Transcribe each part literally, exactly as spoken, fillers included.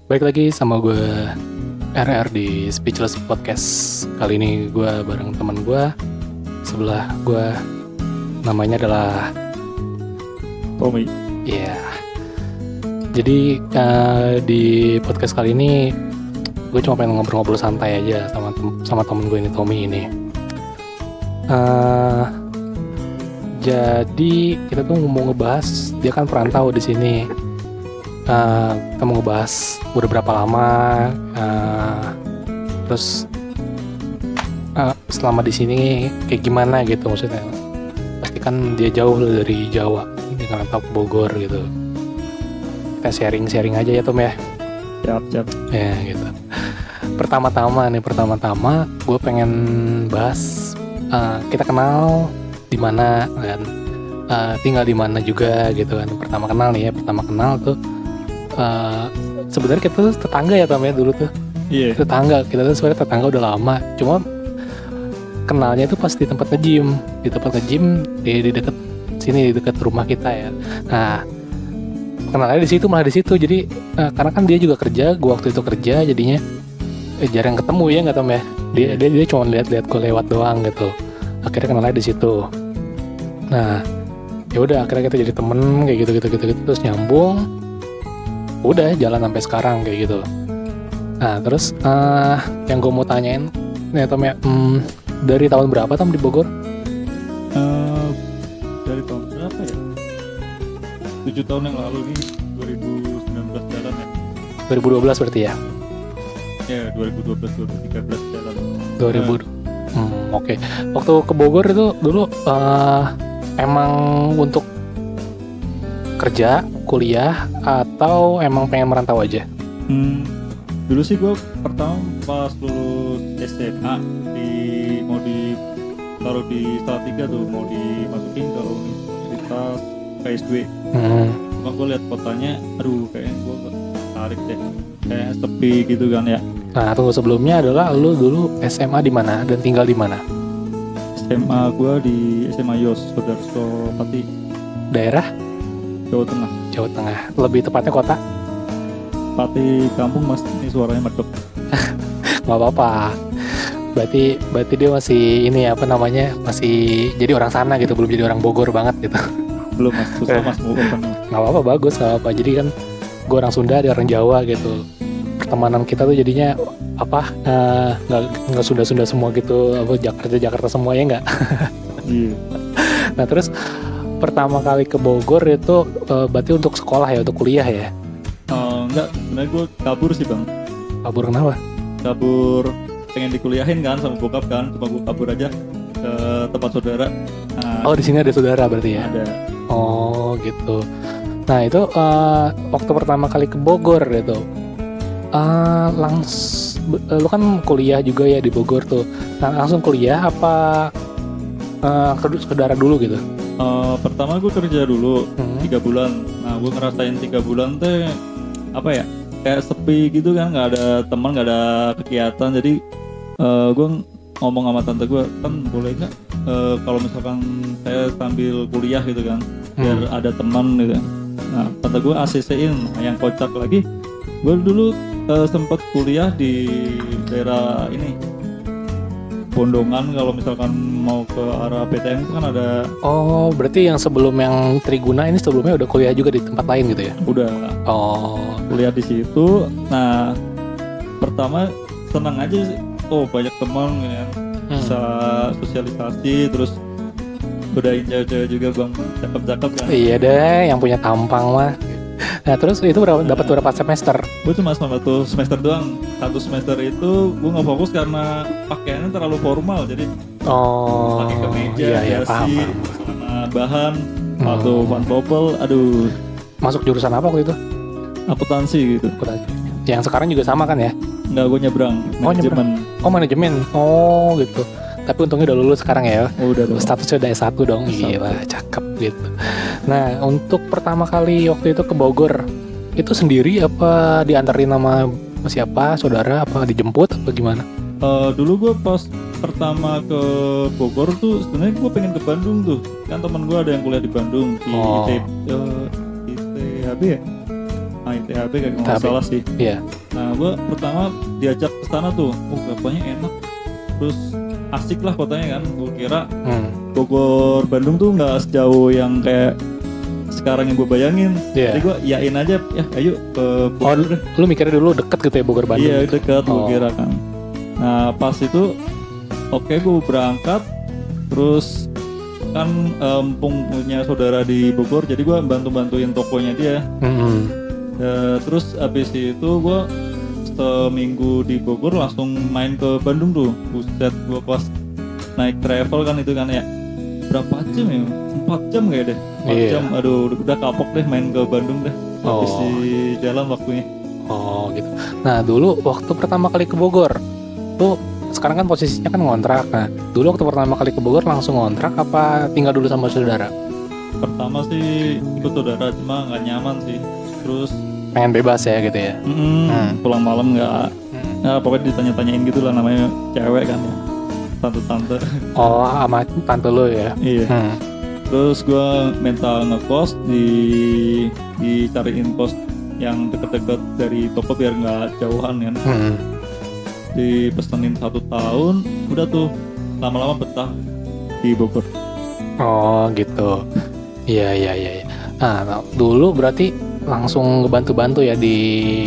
Balik lagi sama gue R R di Speechless Podcast. Kali ini gue bareng teman gue. Sebelah gue namanya adalah Tommy. Iya yeah. Jadi uh, di podcast kali ini gue cuma pengen ngobrol-ngobrol santai aja sama tem- sama temen gue ini, Tommy ini. Uh, jadi kita tuh mau ngebahas, dia kan perantau di sini. Uh, kita mau ngebahas udah berapa lama, uh, terus uh, selama di sini kayak gimana gitu maksudnya. Pasti kan dia jauh dari Jawa, dia ngerantau ke Bogor gitu. Kita sharing-sharing aja ya Tom ya. Siap, siap. Ya gitu. Pertama-tama nih, pertama-tama gue pengen bahas uh, kita kenal di mana dan uh, tinggal di mana juga gitu kan. Pertama kenal nih ya, pertama kenal tuh. Uh, sebenarnya kita tuh tetangga ya Tom ya dulu tuh. Iya. Yeah. Tetangga, kita tuh sebenarnya tetangga udah lama. Cuma kenalnya itu pas di tempat nge-gym, di tempat nge-gym di, di dekat sini, di dekat rumah kita ya. Nah, kenalnya di situ, malah di situ. Jadi uh, karena kan dia juga kerja, gua waktu itu kerja, jadinya eh, jarang ketemu ya nggak Tom ya. Dia Yeah. dia dia cuma lihat-lihat gue lewat doang gitu. Akhirnya kenalnya di situ. Nah, ya udah akhirnya kita jadi temen kayak gitu gitu gitu gitu terus nyambung. Udah jalan sampai sekarang kayak gitu. Nah terus uh, yang gue mau tanyain nih Tom ya, hmm, dari tahun berapa Tom di Bogor? Uh, dari tahun berapa ya? tujuh tahun yang lalu nih, dua ribu sembilan belas jalan ya. dua ribu dua belas berarti ya? Ya, dua ribu dua belas dua ribu tiga belas jalan. dua ribu. Uh. Hmm, oke. Okay. Waktu ke Bogor itu dulu uh, emang untuk kerja, kuliah, atau emang pengen merantau aja? Hmm, dulu sih gue pertama pas lulus S M A di mau di taruh di Salatiga tuh, mau dimasukin ke Universitas K S dua. Hmm. Cuma gue lihat kotanya, aduh kayaknya gue gak tarik deh, kayak sepi gitu kan ya. Nah, tunggu, sebelumnya adalah lu dulu S M A di mana dan tinggal di mana? S M A gue di S M A Yos Sudarso Pati, Daerah Jawa Tengah. Jawa Tengah. Lebih tepatnya kota? Pati kampung mas, ini suaranya medok. Gak apa-apa. Berarti berarti dia masih ini apa namanya, masih jadi orang sana gitu, belum jadi orang Bogor banget gitu. Belum mas, susah mas mau open. Gak apa-apa, bagus, gak apa-apa. Jadi kan gue orang Sunda, dia orang Jawa gitu. Pertemanan kita tuh jadinya apa, uh, gak, gak Sunda-Sunda semua gitu, apa Jakarta-Jakarta semua ya gak? Iya. Nah terus pertama kali ke Bogor itu uh, berarti untuk sekolah ya, untuk kuliah ya? Uh, enggak, sebenarnya gue kabur sih bang. Kabur kenapa? Kabur pengen dikuliahin kan sama bokap kan, cuma gue kabur aja ke tempat saudara. Nah, Oh di sini ada saudara berarti ya? ada. Oh gitu. Nah itu uh, waktu pertama kali ke Bogor gitu, uh, langsung lu kan kuliah juga ya di Bogor tuh. Nah, langsung kuliah apa uh, ke saudara dulu gitu? Uh, pertama gue kerja dulu Hmm. tiga bulan. Nah gue ngerasain tiga bulan teh apa ya, kayak sepi gitu kan, nggak ada teman, nggak ada kegiatan. Jadi uh, gue ngomong sama tante gue, kan boleh nggak uh, kalau misalkan saya sambil kuliah gitu kan, biar Hmm. ada teman gitu kan. Nah tante gue A C C-in. Yang kocak lagi, gue dulu uh, sempat kuliah di daerah ini Bondongan. Kalau misalkan mau ke arah P T M itu kan ada. Oh berarti yang sebelum yang Triguna ini sebelumnya udah kuliah juga di tempat lain gitu ya? Udah. Oh. Kuliah di situ. Nah pertama senang aja sih, oh banyak teman kan, Hmm. bisa sosialisasi, terus godain cewek-cewek juga bang, cakep-cakep kan. Iya deh, yang punya tampang mah. Nah terus itu berapa, dapat berapa semester? Gue cuma selama satu semester doang. Satu semester itu gue nggak fokus karena pakaiannya terlalu formal, jadi Oh. pakai kemeja, Iya iya dasi, paham paham. celana bahan, Hmm. atau pantopel, aduh, Masuk jurusan apa waktu itu? akuntansi gitu. Yang sekarang juga sama kan ya? Nggak, gue nyebrang, Oh, manajemen. Oh manajemen. Oh gitu. Tapi untungnya udah lulus sekarang ya. Oh, udah dong. Statusnya udah S satu dong. S satu. Gila, cakep gitu. Nah, untuk pertama kali waktu itu ke Bogor, itu sendiri apa diantarin sama siapa, saudara, apa dijemput apa gimana? Uh, dulu gue pas pertama ke Bogor tuh sebenarnya gue pengen ke Bandung tuh, kan teman gue ada yang kuliah di Bandung di Oh. I T, uh, I T H B ya, ah, I T H B kayak nggak I T H B. salah sih. Iya. Nah gue pertama diajak ke sana tuh, oh kotanya enak, terus asik lah kotanya kan. Gue kira hmm. Bogor Bandung tuh nggak sejauh yang kayak sekarang yang gue bayangin. Yeah. Jadi gue yain aja, ya ayo ke Bogor. Oh, lu mikirnya dulu deket gitu ya Bogor Bandung? Iya dekat, oh. gue kira kan. Nah pas itu oke okay, gue berangkat, terus kan empung punya saudara di Bogor, jadi gue bantu-bantuin tokonya dia. Mm-hmm. Uh, terus abis itu gue seminggu di Bogor langsung main ke Bandung tuh. Buset, gue pas naik travel kan itu kan ya berapa jam ya? empat jam kayak deh. empat yeah. jam, aduh udah kapok deh main ke Bandung deh. Habis oh. di jalan waktunya. Oh gitu. Nah dulu waktu pertama kali ke Bogor, tuh sekarang kan posisinya kan ngontrak. Nah dulu waktu pertama kali ke Bogor langsung ngontrak apa tinggal dulu sama saudara? Pertama sih ikut saudara, cuma nggak nyaman sih. Terus pengen bebas ya gitu ya? Mm, hmm. Pulang malam nggak, hmm. nah, pokoknya ditanya-tanyain gitu lah, namanya cewek kan ya, tante-tante. Oh sama tante lo ya? Iya. Hmm. Terus gue minta ngekos, di dicariin kos yang deket-deket dari toko biar nggak jauhan kan. Hmm. Dipesenin satu tahun, udah tuh lama-lama betah di Bogor. Oh gitu. Iya iya iya. Nah dulu berarti langsung ngebantu-bantu ya di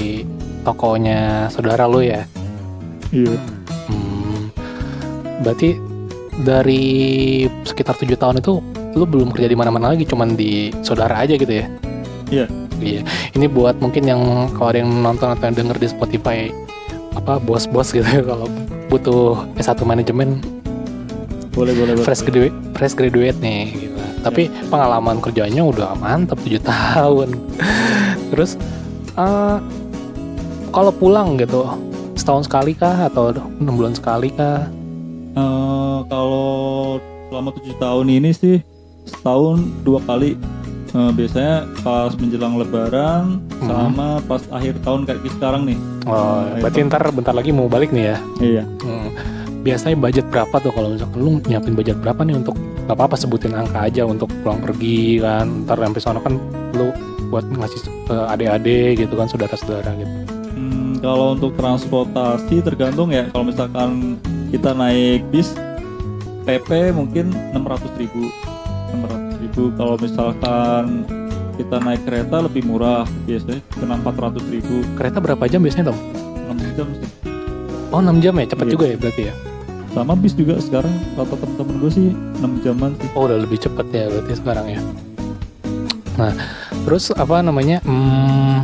tokonya saudara lo ya? Iya. Hmm. Berarti dari sekitar tujuh tahun itu lo belum kerja di mana-mana lagi, cuman di saudara aja gitu ya? Iya. Iya. Ini buat mungkin yang kalau ada yang nonton atau yang denger di Spotify, apa bos-bos gitu ya, kalau butuh S satu manajemen, boleh boleh fresh graduate fresh graduate nih gitu. Tapi ya, pengalaman kerjanya udah mantap tujuh tahun. Terus uh, kalau pulang gitu setahun sekali kah atau enam bulan sekali kah? Uh, kalau selama tujuh tahun ini sih setahun dua kali. Uh, biasanya pas menjelang Lebaran hmm. sama pas akhir tahun kayak sekarang nih. Oh, uh, berarti ntar bentar lagi mau balik nih ya? Iya. Hmm. Biasanya budget berapa tuh kalau misalkan lu nyiapin budget berapa nih untuk gak apa-apa sebutin angka aja untuk pulang pergi kan, ntar sampai sana kan lu buat ngasih ke adik-adik gitu kan, saudara-saudara gitu. Hmm, kalau untuk transportasi tergantung ya, kalau misalkan kita naik bis P P mungkin enam ratus ribu. Kalau misalkan kita naik kereta lebih murah, biasanya kena empat ratus ribu. Kereta berapa jam biasanya Tom? enam jam sih. Oh enam jam ya, cepet iya. juga ya berarti ya? Sama bis juga sekarang, rata temen-temen gue sih enam jaman sih. Oh udah lebih cepet ya berarti sekarang ya. Nah terus apa namanya, hmm,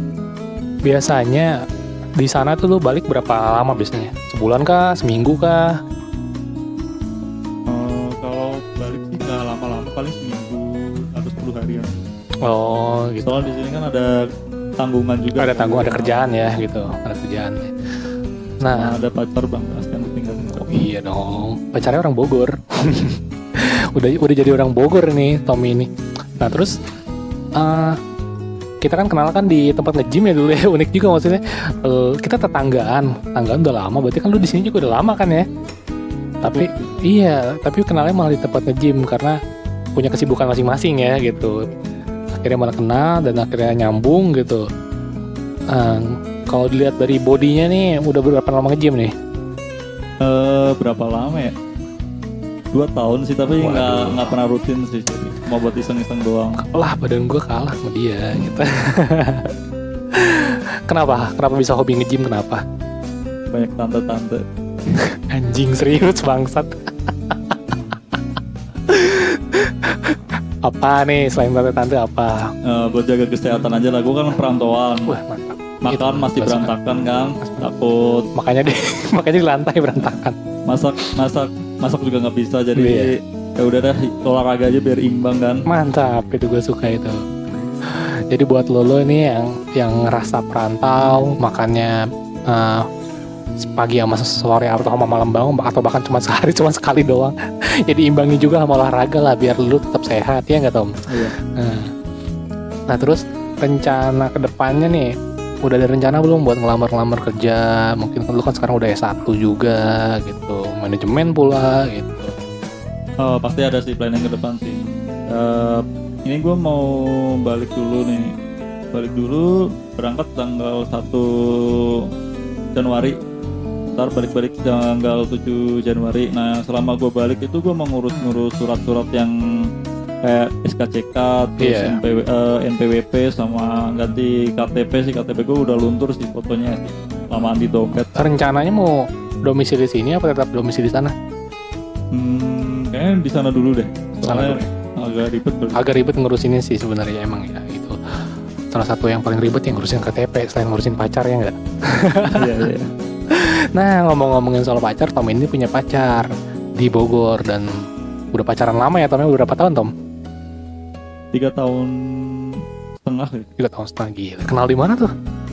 biasanya di sana tuh lu balik berapa lama biasanya? Sebulan kah? Seminggu kah? Uh, kalau balik sih nggak lama-lama, paling seminggu atau sepuluh harian. Oh gitu. Soalnya di sini kan ada tanggungan juga. Ada tanggungan, ada kerjaan ya gitu, ada kerjaan. Nah, nah ada pacar bang, kan tinggal. Oh iya dong, pacarnya orang Bogor. udah udah jadi orang Bogor nih Tommy ini. Nah terus uh, kita kan kenal kan di tempat nge-gym ya dulu ya, unik juga maksudnya. Uh, kita tetanggaan, tetanggaan udah lama, berarti kan lu di sini juga udah lama kan ya? Tapi iya, tapi kenalnya malah di tempat nge-gym karena punya kesibukan masing-masing ya gitu. Akhirnya malah kenal dan akhirnya nyambung gitu. Uh, kalau dilihat dari bodinya nih, udah berapa lama nge-gym nih? Uh, berapa lama ya? Dua tahun sih, tapi nggak nggak pernah rutin sih, jadi mau buat iseng-iseng doang. Lah badan gue kalah sama dia gitu. Kenapa? Kenapa bisa hobi nge-gym? Kenapa? Banyak tante-tante. Anjing serius bangsat. Apa nih selain tante-tante apa? Uh, buat jaga kesehatan aja lah, gue kan perantauan. Wah mantap. Makan itu, masih berantakan kan, takut. Makanya deh, makanya di lantai berantakan. Masak, masak, masak juga nggak bisa, jadi iya. Ya udah dah olahraga aja biar imbang kan. Mantap, itu gue suka itu. Jadi buat lo lo ini yang yang ngerasa perantau, makannya uh, pagi sama sore atau sama malam bangun atau bahkan cuma sehari cuma sekali doang. Jadi imbangi juga sama olahraga lah biar lo tetap sehat ya nggak Tom? Iya. Nah, nah terus rencana kedepannya nih. Udah ada rencana belum buat ngelamar-ngelamar kerja? Mungkin lu kan sekarang udah S satu juga gitu, manajemen pula gitu. Oh, pasti ada sih planning ke depan sih. Uh, ini gue mau balik dulu nih balik dulu, berangkat tanggal satu Januari, ntar balik-balik tanggal tujuh Januari. Nah selama gue balik itu gue mau ngurus-ngurus surat-surat yang kayak S K C K, terus Iya. N P W, eh, N P W P sama ganti K T P sih. K T P gue udah luntur sih fotonya sih, lamaan di dompet. Rencananya mau domisili sini apa tetap domisili sana? Hmm, kayaknya di sana dulu deh. Sana Soalnya dulu agak ribet bro. Agak ribet ngurusinnya sih sebenarnya emang ya gitu. Salah satu yang paling ribet yang ngurusin K T P selain ngurusin pacar ya enggak? Iya iya. Nah ngomong-ngomongin soal pacar, Tom ini punya pacar di Bogor dan udah pacaran lama ya Tom ya, udah berapa tahun Tom? Tiga tahun setengah ya. Tiga tahun setengah gila. Kenal di mana tuh?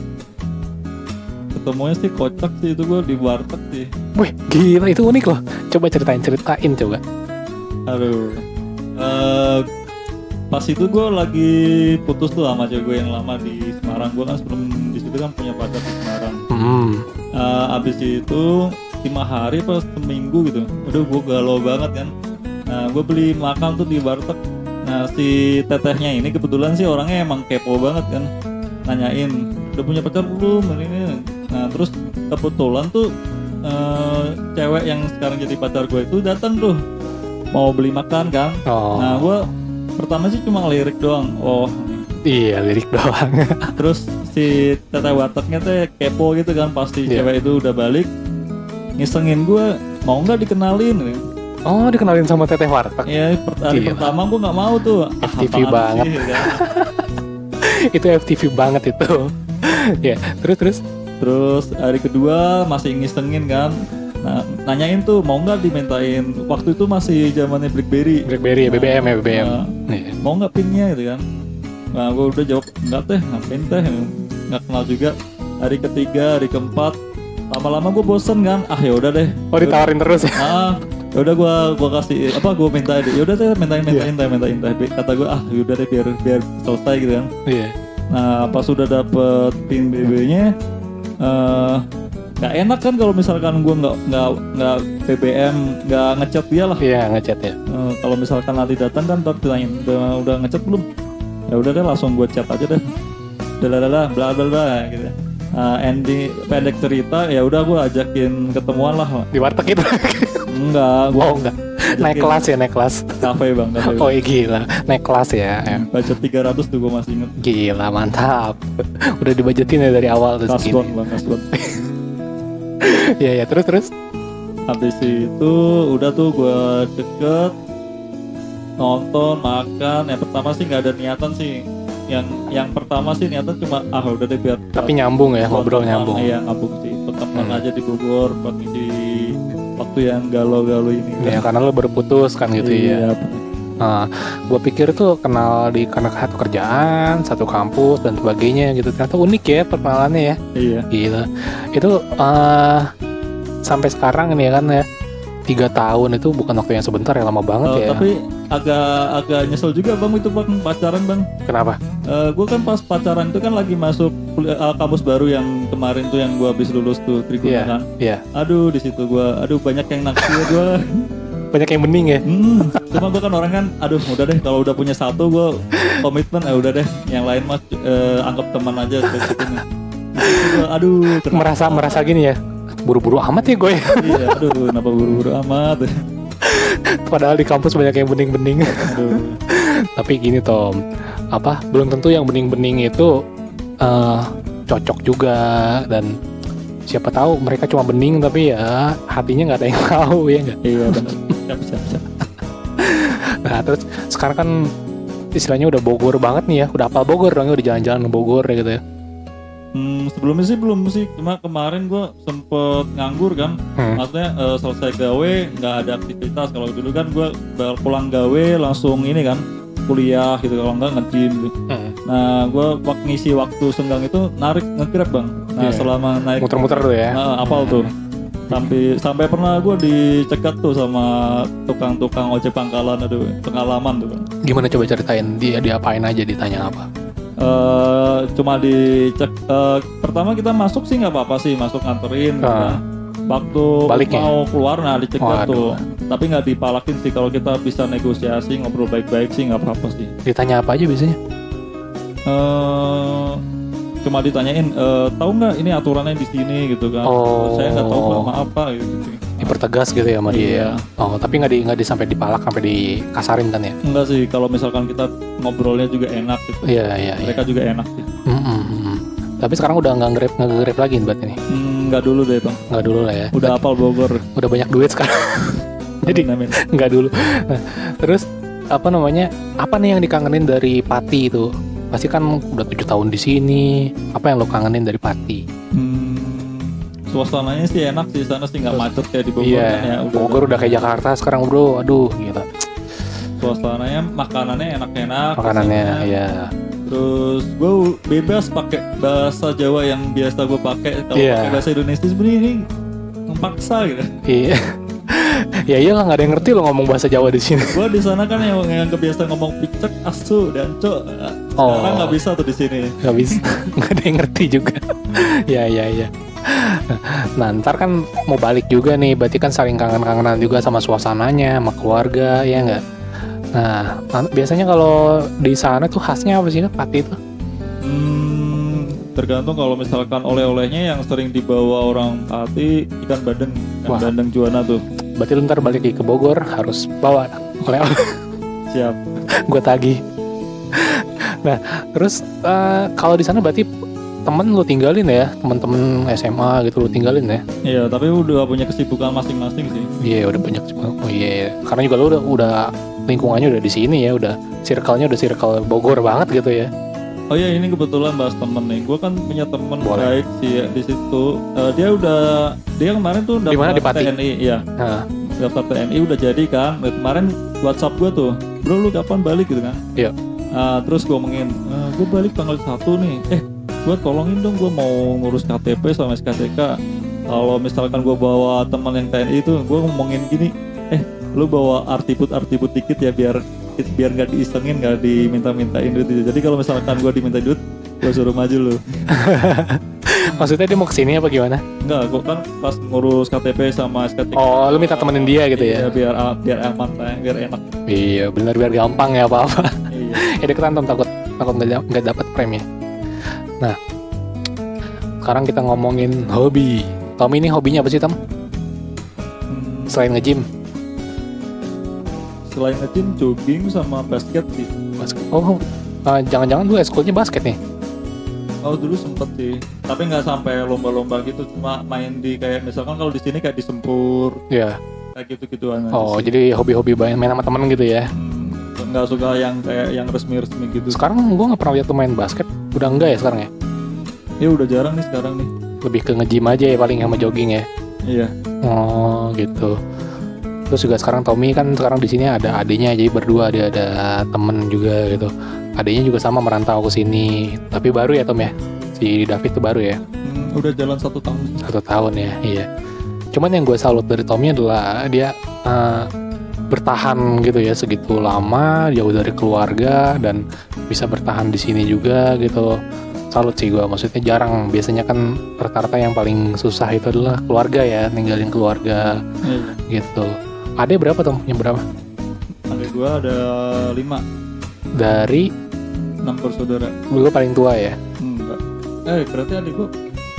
Ketemunya sih kocak sih, itu gue di warteg sih. Wih gila itu unik loh. Coba ceritain ceritain coba. Aduh. Eh, pas itu gue lagi putus tuh sama cewek gue yang lama di Semarang. Gue kan sebelum di situ kan punya pacar di Semarang. Hmm. Eh, abis itu lima hari pas seminggu gitu. Aduh gue galau banget kan. Nah gue beli makan tuh di warteg. Nah si tetehnya ini kebetulan sih orangnya emang kepo banget kan. Nanyain udah punya pacar belum ini. Nah terus kebetulan tuh eh, cewek yang sekarang jadi pacar gue itu datang tuh mau beli makan kan. Oh. Nah gue pertama sih cuma ngelirik doang. Oh Iya lirik doang. terus si teteh wartegnya tuh kepo gitu kan, pasti Iya. cewek itu udah balik ngisengin gue mau nggak dikenalin. Oh dikenalin sama teteh warteg. Ya per- hari Gila. pertama gue nggak mau tuh. F T V apaan banget. sih, kan? Itu F T V banget itu. Ya terus terus. Terus hari kedua masih ngisengin kan. Nah, nanyain tuh mau nggak dimintain, waktu itu masih zamannya BlackBerry. BlackBerry ya B B M ya B B M. Nah, Iya. mau nggak pinnya gitu kan. Nah gue udah jawab nggak teh, ngapain teh, nggak kenal juga. Hari ketiga, hari keempat, lama-lama gue bosen kan. Ah ya udah deh. Oh ditawarin terus ya. Ah ya udah gue gua kasih apa, gue minta deh. Ya udah deh mintain mintain teh mintain teh. Kata gue ah ya udah deh biar biar selesai gitu kan. Iya. Nah pas sudah dapet pin B B-nya, eh nggak enak kan kalau misalkan gue nggak nggak nggak B B M, nggak ngechat dia lah. Iya ngechat ya. Eh, kalau misalkan nanti datang kan ntar ditanyain udah udah ngechat belum, ya udah deh langsung gue chat aja deh, dalalala bla bla bla gitu. Nah, ending pendek cerita ya udah gue ajakin ketemuan lah. Di warteg itu. Enggak, gue Oh enggak. Naik kelas ya naik kelas. kafe bang, kafe. Oh iya, gila. Naik kelas ya. Ya. Budget tiga ratus tuh gue masih inget. Gila mantap. Udah dibajetin ya dari awal tuh Kasbon segini. bang, kasbon. Iya ya terus terus. Habis itu udah tuh gue deket, nonton, makan. Yang pertama sih nggak ada niatan sih. Yang yang pertama sih niatan cuma ah udah deh biar Tapi nyambung ya, ngobrol teman, nyambung. Iya nyambung sih. Teman Hmm. aja di Bogor buat ngisi waktu yang galau-galau ini. Ya karena lo baru putus kan gitu ya. Iya. Nah, gue pikir tuh kenal di karena satu kerjaan, satu kampus dan sebagainya gitu. Ternyata unik ya perkenalannya ya. Iya. Gila. Itu eh sampai sekarang ini ya kan ya. Tiga tahun itu bukan waktu yang sebentar ya, lama banget Eh, ya. Tapi agak agak nyesel juga bang itu bang pacaran bang. Kenapa? gue kan pas pacaran itu kan lagi masuk kuliah, uh, kampus baru yang kemarin tuh yang gue habis lulus tuh Triguna Iya. kan. Iya. Aduh di situ gue, aduh banyak yang naksir gue. Banyak yang bening ya. Hmm, cuma gue kan orang kan, aduh udah deh kalau udah punya satu gue komitmen, ya udah deh yang lain mas eh, anggap teman aja gitu nih. Di situ gua, aduh kenapa? Merasa merasa gini ya. Buru-buru amat ya gue. Iya, aduh kenapa buru-buru amat. Padahal di kampus banyak yang bening-bening. Aduh. Tapi gini Tom, apa belum tentu yang bening-bening itu eh, cocok juga, dan siapa tahu mereka cuma bening tapi ya hatinya nggak ada yang tahu ya nggak. Iya benar. Siap siap siap. Nah terus sekarang kan istilahnya udah Bogor banget nih ya, udah hafal Bogor dong ya, udah jalan-jalan ke Bogor ya gitu ya. Hmm, sebelumnya sih belum sih, cuma kemarin gue sempet nganggur kan. Hmm. Maksudnya eh, selesai gawe nggak ada aktivitas. Kalau dulu kan gue pulang gawe langsung ini kan kuliah gitu, kalau nggak nge-gym gitu. Hmm. Nah gue wak- ngisi waktu senggang itu narik nge-grab bang. Nah Iya. selama naik Muter-muter tuh ya. nah, apal tuh sampai sampai pernah gue dicegat tuh sama tukang-tukang ojek pangkalan. Aduh pengalaman tuh bang. Gimana coba ceritain, dia diapain aja, ditanya apa? Eh, cuma dicek eh, pertama kita masuk sih nggak apa-apa sih, masuk nganterin gitu Ah. kan. Waktu Baliknya? mau keluar nah dicegat Waduh. tuh, tapi nggak dipalakin sih. Kalau kita bisa negosiasi ngobrol baik-baik sih nggak apa-apa sih. Ditanya apa aja biasanya? eh cuma ditanyain eh, tahu nggak ini aturannya di sini gitu kan. Oh. Saya nggak tahu Pak, maaf Pak gitu. Dipertegas gitu ya sama dia. Iya. Oh, tapi nggak di nggak di sampai dipalak sampai dikasarin kan ya? Enggak sih, kalau misalkan kita ngobrolnya juga enak gitu. Iya iya. Mereka iya. juga enak sih. Mm-mm. Tapi sekarang udah nggak nge-grab nge-grab lagi berarti nih? Hmm, nggak dulu deh Bang. Nggak dulu lah ya. Udah hafal Bogor. Udah banyak duit sekarang. Jadi Amin, amin. nggak dulu. Nah, terus apa namanya? Apa nih yang dikangenin dari Pati itu? Pasti kan udah tujuh tahun di sini. Apa yang lo kangenin dari Pati? Hmm, suasananya sih enak sih, sana sih nggak macet kayak di Bogor Iya. kan ya. Udah, Bogor udah kayak Jakarta sekarang bro. Aduh, gitu. Suasananya, makanannya enak-enak. Makanannya rasanya. ya. Terus gue bebas pakai bahasa Jawa yang biasa gue pakai. Kalau Iya. pakai bahasa Indonesia sebenarnya ini memaksa gitu. Iya. Ya iyalah nggak ada yang ngerti lo ngomong bahasa Jawa di sini. Gue di sana kan yang, yang kebiasa ngomong picek, asu, dan cok. Oh. Sekarang nggak bisa tuh di sini. Nggak bisa, nggak ada yang ngerti juga. Ya ya ya. Nah ntar kan mau balik juga nih, berarti kan saling kangen-kangenan juga sama suasananya, sama keluarga, ya nggak? Nah biasanya kalau di sana tuh khasnya apa sih Pati itu? Hmm, tergantung kalau misalkan oleh-olehnya yang sering dibawa orang Pati ikan bandeng, ikan Wah. bandeng Juwana tuh. Berarti lu ntar balik lagi ke Bogor harus bawa oleh-oleh. Siap. Gue tagih. Nah terus eh, kalau di sana berarti temen lu tinggalin ya, temen-temen S M A gitu lu tinggalin ya? Iya, tapi udah punya kesibukan masing-masing sih. Iya udah banyak. Oh iya, karena juga lu udah udah lingkungannya udah di sini ya, udah circle-nya udah circle Bogor banget gitu ya. Oh iya, ini kebetulan bahas temen nih. Gue kan punya temen Boleh. baik sih ya, di situ. Eh, dia udah, dia kemarin tuh Di mana, di daftar Pati? T N I, iya. Nah, Daftar T N I udah jadi kan. Nah, kemarin WhatsApp gue tuh, bro lu kapan balik gitu kan? Iya. Ah, terus gue ngomongin, e, gue balik tanggal satu nih. Eh, gue tolongin dong, gue mau ngurus K T P sama S K S K. Kalau misalkan gue bawa teman yang T N I itu, gue ngomongin gini, eh, lu bawa artibut-artibut dikit ya biar biar nggak diisengin, nggak diminta-mintain duit. Jadi kalau misalkan gue diminta duit, gue suruh maju lu. maksudnya dia mau kesini apa gimana? Enggak, gue kan pas ngurus K T P sama S K S K. Oh, lu minta temenin dia gitu ya? Iya, biar biar aman, biar enak. Iya, bener biar gampang ya apa-apa. Iya. Ya deketan Tom, takut takut nggak nggak dapat premi. Nah, sekarang kita ngomongin hobi. Tom ini hobinya apa sih Tom? Hmm, Selain nge-gym? selain nge-gym, jogging sama basket sih. Basket. Oh, uh, jangan-jangan lu eskulnya basket nih? Oh dulu sempet sih, tapi nggak sampai lomba-lomba gitu, cuma main di kayak misalkan kalau di sini kayak di Sempur, Iya. kayak gitu-gituan aja Oh, sih. jadi hobi-hobi main, main sama temen gitu ya? Hmm, nggak suka yang kayak yang resmi-resmi gitu. Sekarang gue nggak pernah lihat lu main basket. Udah enggak ya sekarang ya? Ya udah jarang nih sekarang nih. Lebih ke nge-gym aja ya paling sama jogging ya? Iya. Oh gitu. Terus juga sekarang Tommy kan sekarang di sini ada adiknya, jadi berdua dia ada temen juga gitu. Adiknya juga sama merantau ke sini, tapi baru ya Tom ya. Si David tuh baru ya, Hmm, udah jalan satu tahun. satu tahun ya. Iya. Cuman yang gue salut dari Tommy adalah dia eh, bertahan gitu ya segitu lama jauh dari keluarga dan bisa bertahan di sini juga gitu. Salut sih gue, maksudnya jarang, biasanya kan rata-rata yang paling susah itu adalah keluarga ya, ninggalin keluarga Iya. gitu. Adek berapa Tom? Punya berapa? Adik gua ada lima, Dari enam bersaudara. lu paling tua ya? Hmm, enggak. Eh berarti adik gua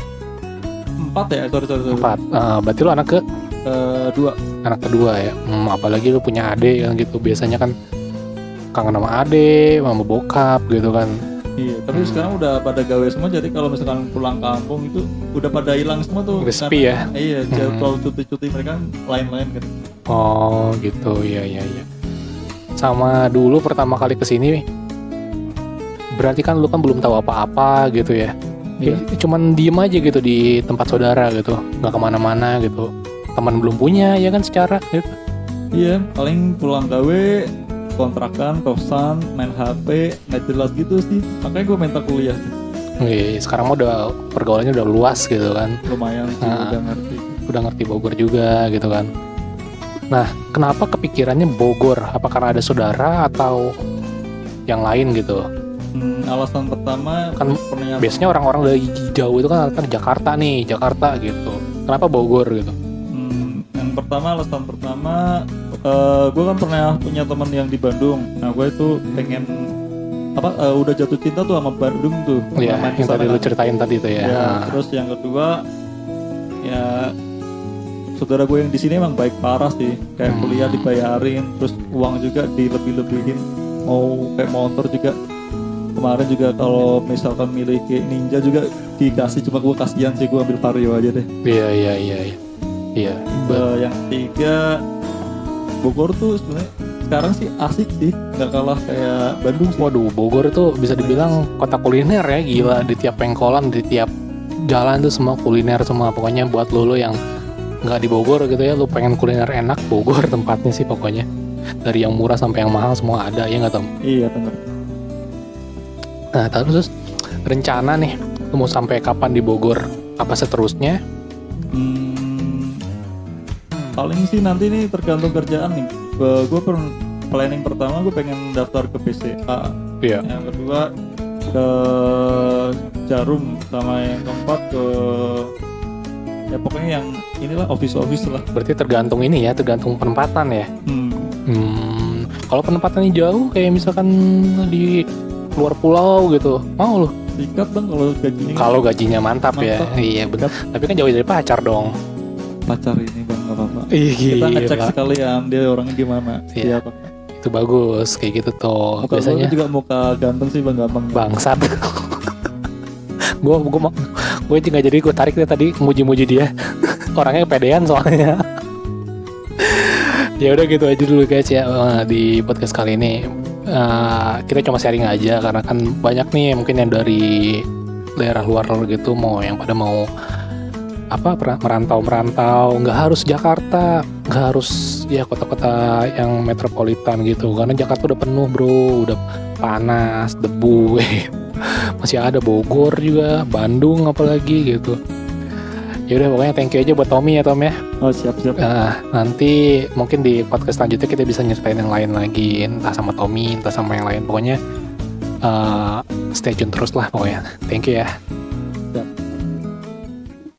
empat ya? Sorry sorry sorry. Empat. Eh, berarti lu anak ke Eh, dua. anak kedua ya. Hmm, apalagi lu punya adik kan gitu. Biasanya kan kangen sama adik, sama bokap gitu kan. Iya, tapi Hmm. sekarang udah pada gawe semua, jadi kalau misalkan pulang kampung itu udah pada hilang semua tuh. Udah sepi ya? Karena- Iya, Hmm. jadwal cuti-cuti mereka kan lain-lain kan. Oh gitu, ya ya ya. Sama dulu pertama kali kesini, berarti kan lu kan belum tahu apa-apa gitu ya. Iya. Ya, cuman diem aja gitu di tempat saudara gitu, nggak kemana-mana gitu. Teman belum punya ya kan secara gitu. Iya, paling pulang gawe, kontrakan, kosan, main H P, nggak jelas gitu sih. Makanya gue minta kuliah, Wih, sekarang mah udah pergaulannya udah luas gitu kan. lumayan sih, Nah. udah ngerti. Udah ngerti Bogor juga gitu kan. Nah, kenapa kepikirannya Bogor? Apa karena ada saudara atau yang lain gitu? Hmm, alasan pertama Kan pernyataan. biasanya orang-orang dari jauh itu kan kan Jakarta nih, Jakarta gitu. Kenapa Bogor gitu? Hmm, yang pertama, alasan pertama, gue kan pernah punya teman yang di Bandung. Nah, gue itu pengen apa uh, udah jatuh cinta tuh sama Bandung tuh. Iya, Main yang kesana tadi lu kan. ceritain tadi tuh ya. Ya, Ah. terus yang kedua ya saudara gue yang di sini emang baik parah sih, kayak Hmm. kuliah dibayarin, terus uang juga dilebih-lebihin, mau kayak motor juga kemarin juga kalau misalkan milih kayak Ninja juga dikasih, cuma gue kasihan sih, gue ambil Vario aja deh. Iya iya iya iya. Iya. Uh, yang ketiga Bogor tuh sebenarnya sekarang sih asik sih, nggak kalah kayak Bandung sih. Waduh, Bogor itu bisa dibilang kota kuliner ya, gila. Di tiap pengkolan, di tiap jalan tuh semua kuliner semua. Pokoknya buat lo lo yang nggak di Bogor gitu ya, lo pengen kuliner enak, Bogor tempatnya sih pokoknya. Dari yang murah sampai yang mahal semua ada, ya nggak Tom? Iya benar. Nah terus rencana nih, lo mau sampai kapan di Bogor? Apa seterusnya? Hmm, paling sih nanti nih tergantung kerjaan nih. Gue per planning pertama gue pengen daftar ke B C A. Iya. Yang kedua ke Jarum, sama yang keempat ke ya pokoknya yang inilah office-office lah. Berarti tergantung ini ya, tergantung penempatan ya. Hmm. Hmm, kalau penempatannya jauh kayak misalkan di luar pulau gitu, mau lo? Sikat bang kalau gajinya. Kalau gajinya mantap, ya, Mantap. iya benar. Tapi kan jauh dari pacar dong. Pacar ini bang nggak apa-apa. Iya. Kita ngecek sekalian dia orangnya gimana. Iya. Siapa? Itu bagus kayak gitu tuh. Muka Biasanya gue juga muka ganteng sih bang, gampang. bangsat. Gue gue mau gue nggak jadi gue tarik dia tadi muji-muji dia. Orangnya kepedean soalnya. Ya udah gitu aja dulu guys ya, eh, di podcast kali ini. Eh, kita cuma sharing aja karena kan banyak nih mungkin yang dari daerah luar gitu mau yang pada mau apa per- merantau-merantau, nggak harus Jakarta, nggak harus ya kota-kota yang metropolitan gitu, karena Jakarta udah penuh bro, udah panas, debu. Masih ada Bogor juga, Bandung apalagi gitu. Ya udah pokoknya thank you aja buat Tommy ya Tom ya. Oh siap-siap. Nah, nanti mungkin di podcast selanjutnya kita bisa nyeritain yang lain lagi, entah sama Tommy, entah sama yang lain. Pokoknya uh, stay tune terus lah pokoknya. Thank you ya.